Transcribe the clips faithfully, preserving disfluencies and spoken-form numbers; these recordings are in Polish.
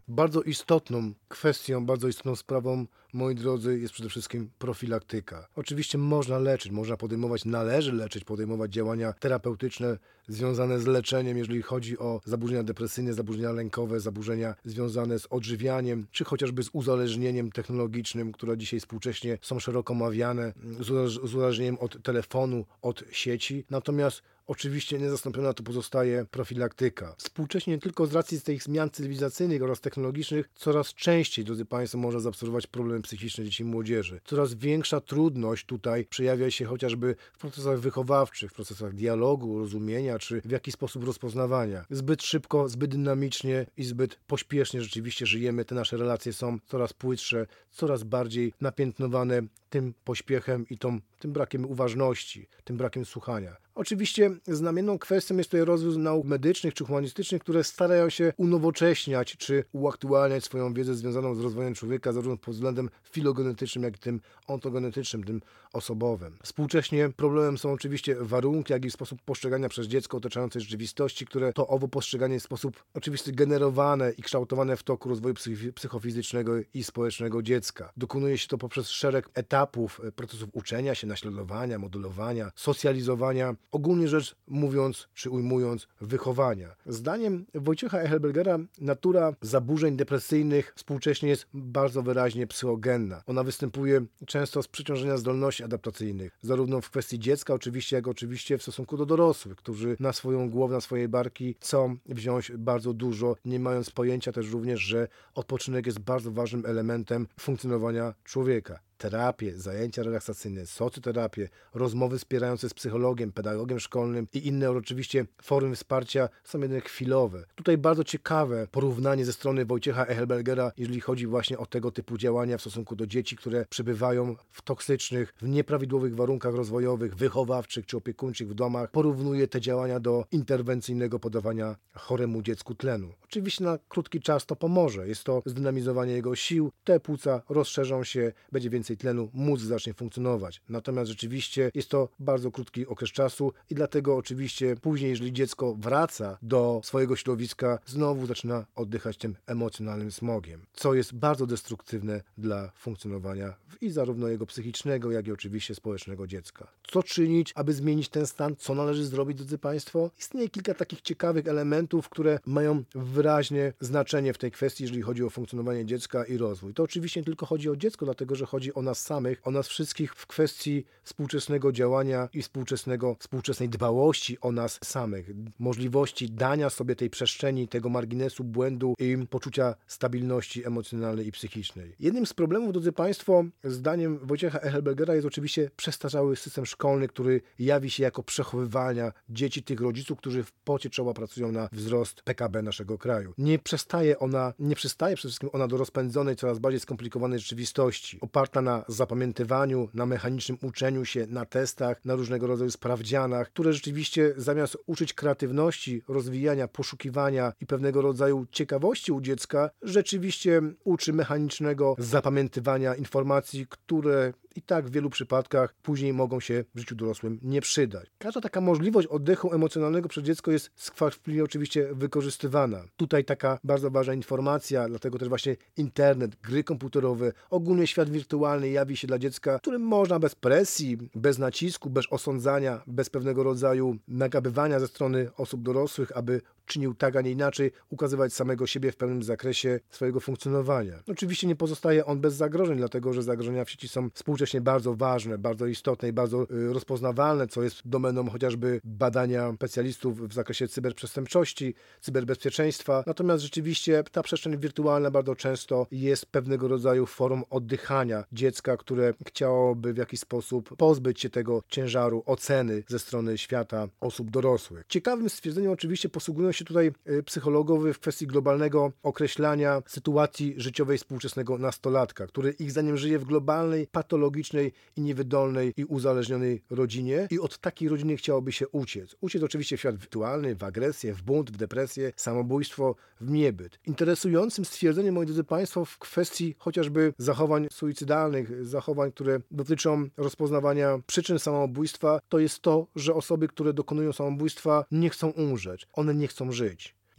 Bardzo istotną kwestią, bardzo istotną sprawą, moi drodzy, jest przede wszystkim profilaktyka. Oczywiście można leczyć, można podejmować, należy leczyć, podejmować działania terapeutyczne związane z leczeniem, jeżeli chodzi o zaburzenia depresyjne, zaburzenia lękowe, zaburzenia związane z odżywianiem, czy chociażby z uzależnieniem technologicznym, które dzisiaj współcześnie są szeroko omawiane, z uzależnieniem od telefonu, od sieci. Natomiast oczywiście niezastąpiona to pozostaje profilaktyka. Współcześnie nie tylko z racji tych zmian cywilizacyjnych oraz technologicznych coraz częściej, drodzy Państwo, można zaobserwować problemy psychiczne dzieci i młodzieży. Coraz większa trudność tutaj przejawia się chociażby w procesach wychowawczych, w procesach dialogu, rozumienia, czy w jakiś sposób rozpoznawania. Zbyt szybko, zbyt dynamicznie i zbyt pośpiesznie rzeczywiście żyjemy. Te nasze relacje są coraz płytsze, coraz bardziej napiętnowane tym pośpiechem i tą, tym brakiem uważności, tym brakiem słuchania. Oczywiście znamienną kwestią jest tutaj rozwój nauk medycznych czy humanistycznych, które starają się unowocześniać czy uaktualniać swoją wiedzę związaną z rozwojem człowieka zarówno pod względem filogenetycznym, jak i tym ontogenetycznym, tym osobowym. Współcześnie problemem są oczywiście warunki, jak i sposób postrzegania przez dziecko otaczającej rzeczywistości, które to owo postrzeganie jest w sposób oczywisty generowane i kształtowane w toku rozwoju psychofizycznego i społecznego dziecka. Dokonuje się to poprzez szereg etapów procesów uczenia się, naśladowania, modelowania, socjalizowania, ogólnie rzecz mówiąc, czy ujmując, wychowania. Zdaniem Wojciecha Echelbergera natura zaburzeń depresyjnych współcześnie jest bardzo wyraźnie psychogenna. Ona występuje często z przeciążenia zdolności adaptacyjnych, zarówno w kwestii dziecka oczywiście, jak oczywiście w stosunku do dorosłych, którzy na swoją głowę, na swoje barki chcą wziąć bardzo dużo, nie mając pojęcia też również, że odpoczynek jest bardzo ważnym elementem funkcjonowania człowieka. Terapie, zajęcia relaksacyjne, socjoterapię, rozmowy wspierające z psychologiem, pedagogiem szkolnym i inne oczywiście formy wsparcia są jednak chwilowe. Tutaj bardzo ciekawe porównanie ze strony Wojciecha Echelbergera, jeżeli chodzi właśnie o tego typu działania w stosunku do dzieci, które przebywają w toksycznych, w nieprawidłowych warunkach rozwojowych, wychowawczych czy opiekuńczych w domach. Porównuje te działania do interwencyjnego podawania choremu dziecku tlenu. Oczywiście na krótki czas to pomoże. Jest to zdynamizowanie jego sił, te płuca rozszerzą się, będzie więcej tlenu, mózg zacznie funkcjonować. Natomiast rzeczywiście jest to bardzo krótki okres czasu i dlatego oczywiście później, jeżeli dziecko wraca do swojego środowiska, znowu zaczyna oddychać tym emocjonalnym smogiem, co jest bardzo destruktywne dla funkcjonowania i zarówno jego psychicznego, jak i oczywiście społecznego dziecka. Co czynić, aby zmienić ten stan? Co należy zrobić, drodzy Państwo? Istnieje kilka takich ciekawych elementów, które mają wyraźnie znaczenie w tej kwestii, jeżeli chodzi o funkcjonowanie dziecka i rozwój. To oczywiście nie tylko chodzi o dziecko, dlatego że chodzi o nas samych, o nas wszystkich w kwestii współczesnego działania i współczesnego, współczesnej dbałości o nas samych. Możliwości dania sobie tej przestrzeni, tego marginesu błędu i poczucia stabilności emocjonalnej i psychicznej. Jednym z problemów, drodzy Państwo, zdaniem Wojciecha Echelbergera jest oczywiście przestarzały system szkolny, który jawi się jako przechowywania dzieci tych rodziców, którzy w pocie czoła pracują na wzrost P K B naszego kraju. Nie przestaje ona, nie przystaje przede wszystkim ona do rozpędzonej, coraz bardziej skomplikowanej rzeczywistości, oparta na zapamiętywaniu, na mechanicznym uczeniu się, na testach, na różnego rodzaju sprawdzianach, które rzeczywiście zamiast uczyć kreatywności, rozwijania, poszukiwania i pewnego rodzaju ciekawości u dziecka, rzeczywiście uczy mechanicznego zapamiętywania informacji, które i tak w wielu przypadkach później mogą się w życiu dorosłym nie przydać. Każda taka możliwość oddechu emocjonalnego przez dziecko jest skwapliwie oczywiście wykorzystywana. Tutaj taka bardzo ważna informacja, dlatego też właśnie internet, gry komputerowe, ogólnie świat wirtualny jawi się dla dziecka, którym można bez presji, bez nacisku, bez osądzania, bez pewnego rodzaju nagabywania ze strony osób dorosłych, aby czynił tak, a nie inaczej, ukazywać samego siebie w pewnym zakresie swojego funkcjonowania. Oczywiście nie pozostaje on bez zagrożeń, dlatego że zagrożenia w sieci są współcześnie bardzo ważne, bardzo istotne i bardzo y, rozpoznawalne, co jest domeną chociażby badania specjalistów w zakresie cyberprzestępczości, cyberbezpieczeństwa. Natomiast rzeczywiście ta przestrzeń wirtualna bardzo często jest pewnego rodzaju formą oddychania dziecka, które chciałoby w jakiś sposób pozbyć się tego ciężaru oceny ze strony świata osób dorosłych. Ciekawym stwierdzeniem oczywiście posługują się tutaj psychologowie w kwestii globalnego określania sytuacji życiowej współczesnego nastolatka, który ich zdaniem żyje w globalnej, patologicznej i niewydolnej i uzależnionej rodzinie i od takiej rodziny chciałoby się uciec. Uciec oczywiście w świat wirtualny, w agresję, w bunt, w depresję, samobójstwo, w niebyt. Interesującym stwierdzeniem, moi drodzy Państwo, w kwestii chociażby zachowań suicydalnych, zachowań, które dotyczą rozpoznawania przyczyn samobójstwa, to jest to, że osoby, które dokonują samobójstwa, nie chcą umrzeć. One nie chcą żyć.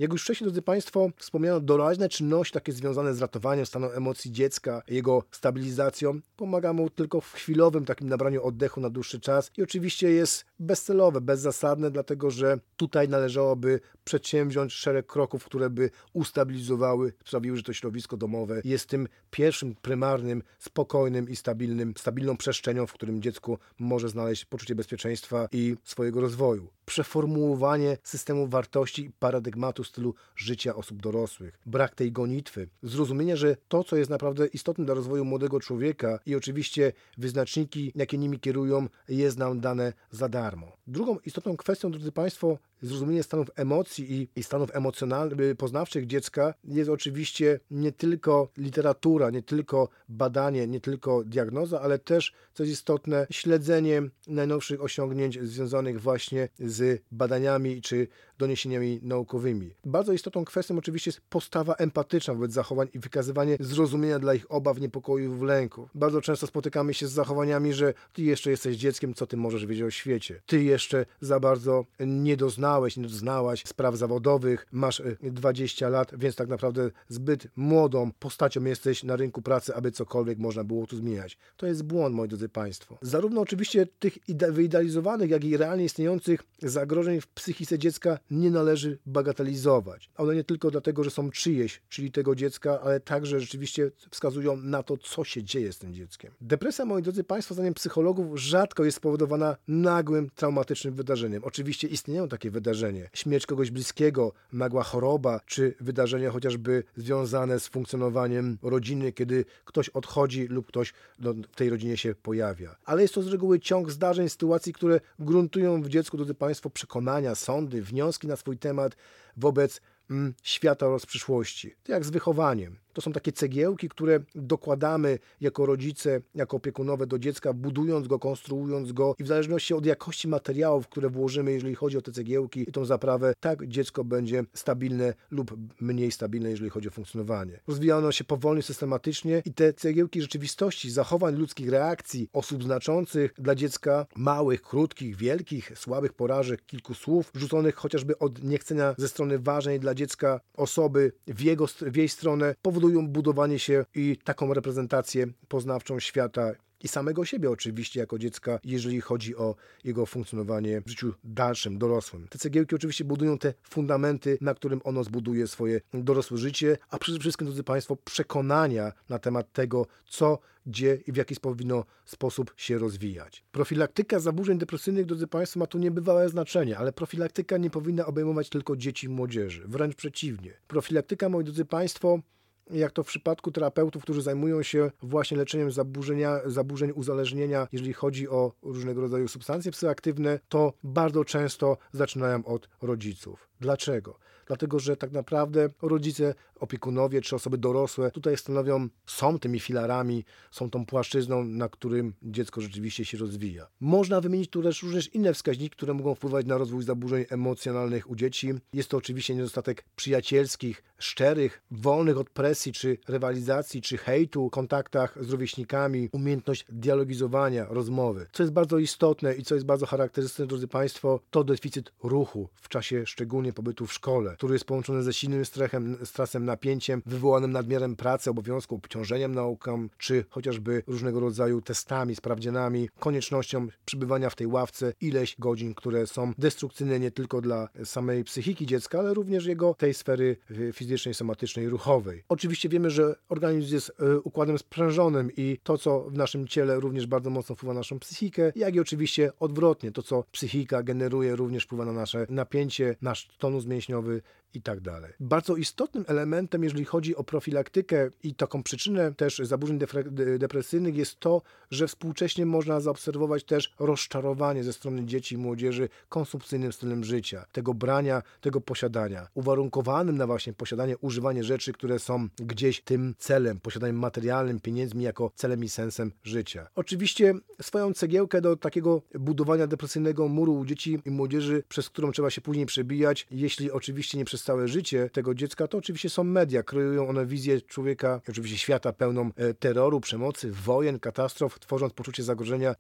Jak już wcześniej, drodzy Państwo, wspomniano, doraźne czynności takie związane z ratowaniem stanu emocji dziecka, jego stabilizacją, pomaga mu tylko w chwilowym takim nabraniu oddechu na dłuższy czas i oczywiście jest bezcelowe, bezzasadne, dlatego że tutaj należałoby przedsięwziąć szereg kroków, które by ustabilizowały, sprawiły, że to środowisko domowe jest tym pierwszym, prymarnym, spokojnym i stabilnym, stabilną przestrzenią, w którym dziecku może znaleźć poczucie bezpieczeństwa i swojego rozwoju. Przeformułowanie systemu wartości i paradygmatu w stylu życia osób dorosłych. Brak tej gonitwy. Zrozumienie, że to, co jest naprawdę istotne dla rozwoju młodego człowieka i oczywiście wyznaczniki, jakie nimi kierują, jest nam dane za darmo. Drugą istotną kwestią, drodzy Państwo, zrozumienie stanów emocji i, i stanów emocjonalnych, poznawczych dziecka jest oczywiście nie tylko literatura, nie tylko badanie, nie tylko diagnoza, ale też, co jest istotne, śledzenie najnowszych osiągnięć związanych właśnie z badaniami czy doniesieniami naukowymi. Bardzo istotną kwestią oczywiście jest postawa empatyczna wobec zachowań i wykazywanie zrozumienia dla ich obaw, niepokojów, lęków. Bardzo często spotykamy się z zachowaniami, że ty jeszcze jesteś dzieckiem, co ty możesz wiedzieć o świecie. Ty jeszcze za bardzo nie doznałeś, nie doznałaś spraw zawodowych, masz dwadzieścia lat, więc tak naprawdę zbyt młodą postacią jesteś na rynku pracy, aby cokolwiek można było tu zmieniać. To jest błąd, moi drodzy Państwo. Zarówno oczywiście tych wyidealizowanych, jak i realnie istniejących zagrożeń w psychice dziecka nie należy bagatelizować. One nie tylko dlatego, że są czyjeś, czyli tego dziecka, ale także rzeczywiście wskazują na to, co się dzieje z tym dzieckiem. Depresja, moi drodzy Państwo, zdaniem psychologów rzadko jest spowodowana nagłym, traumatycznym wydarzeniem. Oczywiście istnieją takie wydarzenia. Śmierć kogoś bliskiego, nagła choroba, czy wydarzenia chociażby związane z funkcjonowaniem rodziny, kiedy ktoś odchodzi lub ktoś no, w tej rodzinie się pojawia. Ale jest to z reguły ciąg zdarzeń, sytuacji, które gruntują w dziecku, drodzy Państwo, przekonania, sądy, wnioski na swój temat wobec mm, świata oraz przyszłości. To jak z wychowaniem. To są takie cegiełki, które dokładamy jako rodzice, jako opiekunowie do dziecka, budując go, konstruując go i w zależności od jakości materiałów, które włożymy, jeżeli chodzi o te cegiełki i tą zaprawę, tak dziecko będzie stabilne lub mniej stabilne, jeżeli chodzi o funkcjonowanie. Rozwija ono się powolnie, systematycznie i te cegiełki rzeczywistości, zachowań ludzkich, reakcji, osób znaczących dla dziecka, małych, krótkich, wielkich, słabych porażek, kilku słów, rzuconych chociażby od niechcenia ze strony ważnej dla dziecka osoby w, jego, w jej stronę, powodują budowanie się i taką reprezentację poznawczą świata i samego siebie oczywiście jako dziecka, jeżeli chodzi o jego funkcjonowanie w życiu dalszym, dorosłym. Te cegiełki oczywiście budują te fundamenty, na którym ono zbuduje swoje dorosłe życie, a przede wszystkim, drodzy Państwo, przekonania na temat tego, co, gdzie i w jaki powinno sposób się rozwijać. Profilaktyka zaburzeń depresyjnych, drodzy Państwo, ma tu niebywałe znaczenie, ale profilaktyka nie powinna obejmować tylko dzieci i młodzieży. Wręcz przeciwnie. Profilaktyka, moi drodzy Państwo, jak to w przypadku terapeutów, którzy zajmują się właśnie leczeniem zaburzenia, zaburzeń uzależnienia, jeżeli chodzi o różnego rodzaju substancje psychoaktywne, to bardzo często zaczynają od rodziców. Dlaczego? Dlatego, że tak naprawdę rodzice, opiekunowie czy osoby dorosłe tutaj stanowią, są tymi filarami, są tą płaszczyzną, na którym dziecko rzeczywiście się rozwija. Można wymienić tu też również inne wskaźniki, które mogą wpływać na rozwój zaburzeń emocjonalnych u dzieci. Jest to oczywiście niedostatek przyjacielskich, szczerych, wolnych od presji czy rywalizacji, czy hejtu, kontaktach z rówieśnikami, umiejętność dialogizowania, rozmowy. Co jest bardzo istotne i co jest bardzo charakterystyczne, drodzy Państwo, to deficyt ruchu w czasie szczególnie pobytu w szkole, który jest połączony ze silnym stresem, stresem, napięciem wywołanym nadmiarem pracy, obowiązku, obciążeniem nauką, czy chociażby różnego rodzaju testami, sprawdzianami, koniecznością przebywania w tej ławce ileś godzin, które są destrukcyjne nie tylko dla samej psychiki dziecka, ale również jego tej sfery fizycznej, somatycznej, ruchowej. Oczywiście wiemy, że organizm jest układem sprężonym i to, co w naszym ciele również bardzo mocno wpływa na naszą psychikę, jak i oczywiście odwrotnie, to, co psychika generuje, również wpływa na nasze napięcie, nasz tonus mięśniowy i tak dalej. Bardzo istotnym elementem, jeżeli chodzi o profilaktykę i taką przyczynę też zaburzeń depresyjnych jest to, że współcześnie można zaobserwować też rozczarowanie ze strony dzieci i młodzieży konsumpcyjnym stylem życia, tego brania, tego posiadania, uwarunkowanym na właśnie posiadanie, używanie rzeczy, które są gdzieś tym celem, posiadaniem materialnym, pieniędzmi jako celem i sensem życia. Oczywiście swoją cegiełkę do takiego budowania depresyjnego muru u dzieci i młodzieży, przez którą trzeba się później przebijać, jeśli oczywiście nie przez całe życie tego dziecka, to oczywiście są media. Kreują one wizję człowieka, oczywiście świata pełną terroru, przemocy, wojen, katastrof, tworząc poczucie zagrożenia u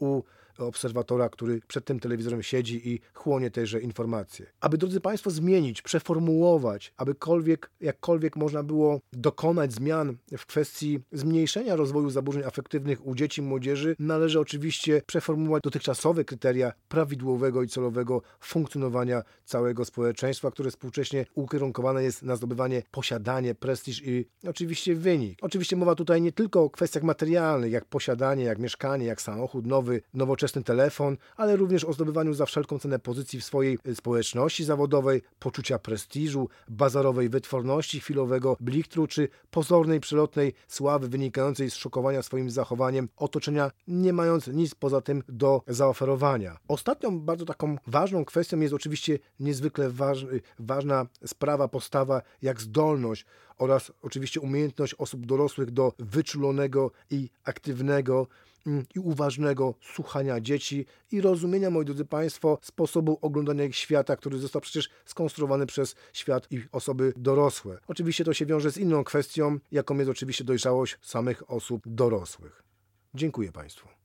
obserwatora, który przed tym telewizorem siedzi i chłonie tejże informacje. Aby, drodzy Państwo, zmienić, przeformułować, abykolwiek, jakkolwiek można było dokonać zmian w kwestii zmniejszenia rozwoju zaburzeń afektywnych u dzieci i młodzieży, należy oczywiście przeformułować dotychczasowe kryteria prawidłowego i celowego funkcjonowania całego społeczeństwa, które współcześnie ukierunkowane jest na zdobywanie, posiadanie, prestiż i oczywiście wynik. Oczywiście mowa tutaj nie tylko o kwestiach materialnych, jak posiadanie, jak mieszkanie, jak samochód, nowy, nowoczesny telefon, ale również o zdobywaniu za wszelką cenę pozycji w swojej społeczności zawodowej, poczucia prestiżu, bazarowej wytworności, chwilowego blichtru czy pozornej, przelotnej sławy wynikającej z szokowania swoim zachowaniem otoczenia, nie mając nic poza tym do zaoferowania. Ostatnią bardzo taką ważną kwestią jest oczywiście niezwykle waż, ważna sprawa, postawa jak zdolność oraz oczywiście umiejętność osób dorosłych do wyczulonego i aktywnego i uważnego słuchania dzieci i rozumienia, moi drodzy Państwo, sposobu oglądania ich świata, który został przecież skonstruowany przez świat i osoby dorosłe. Oczywiście to się wiąże z inną kwestią, jaką jest oczywiście dojrzałość samych osób dorosłych. Dziękuję Państwu.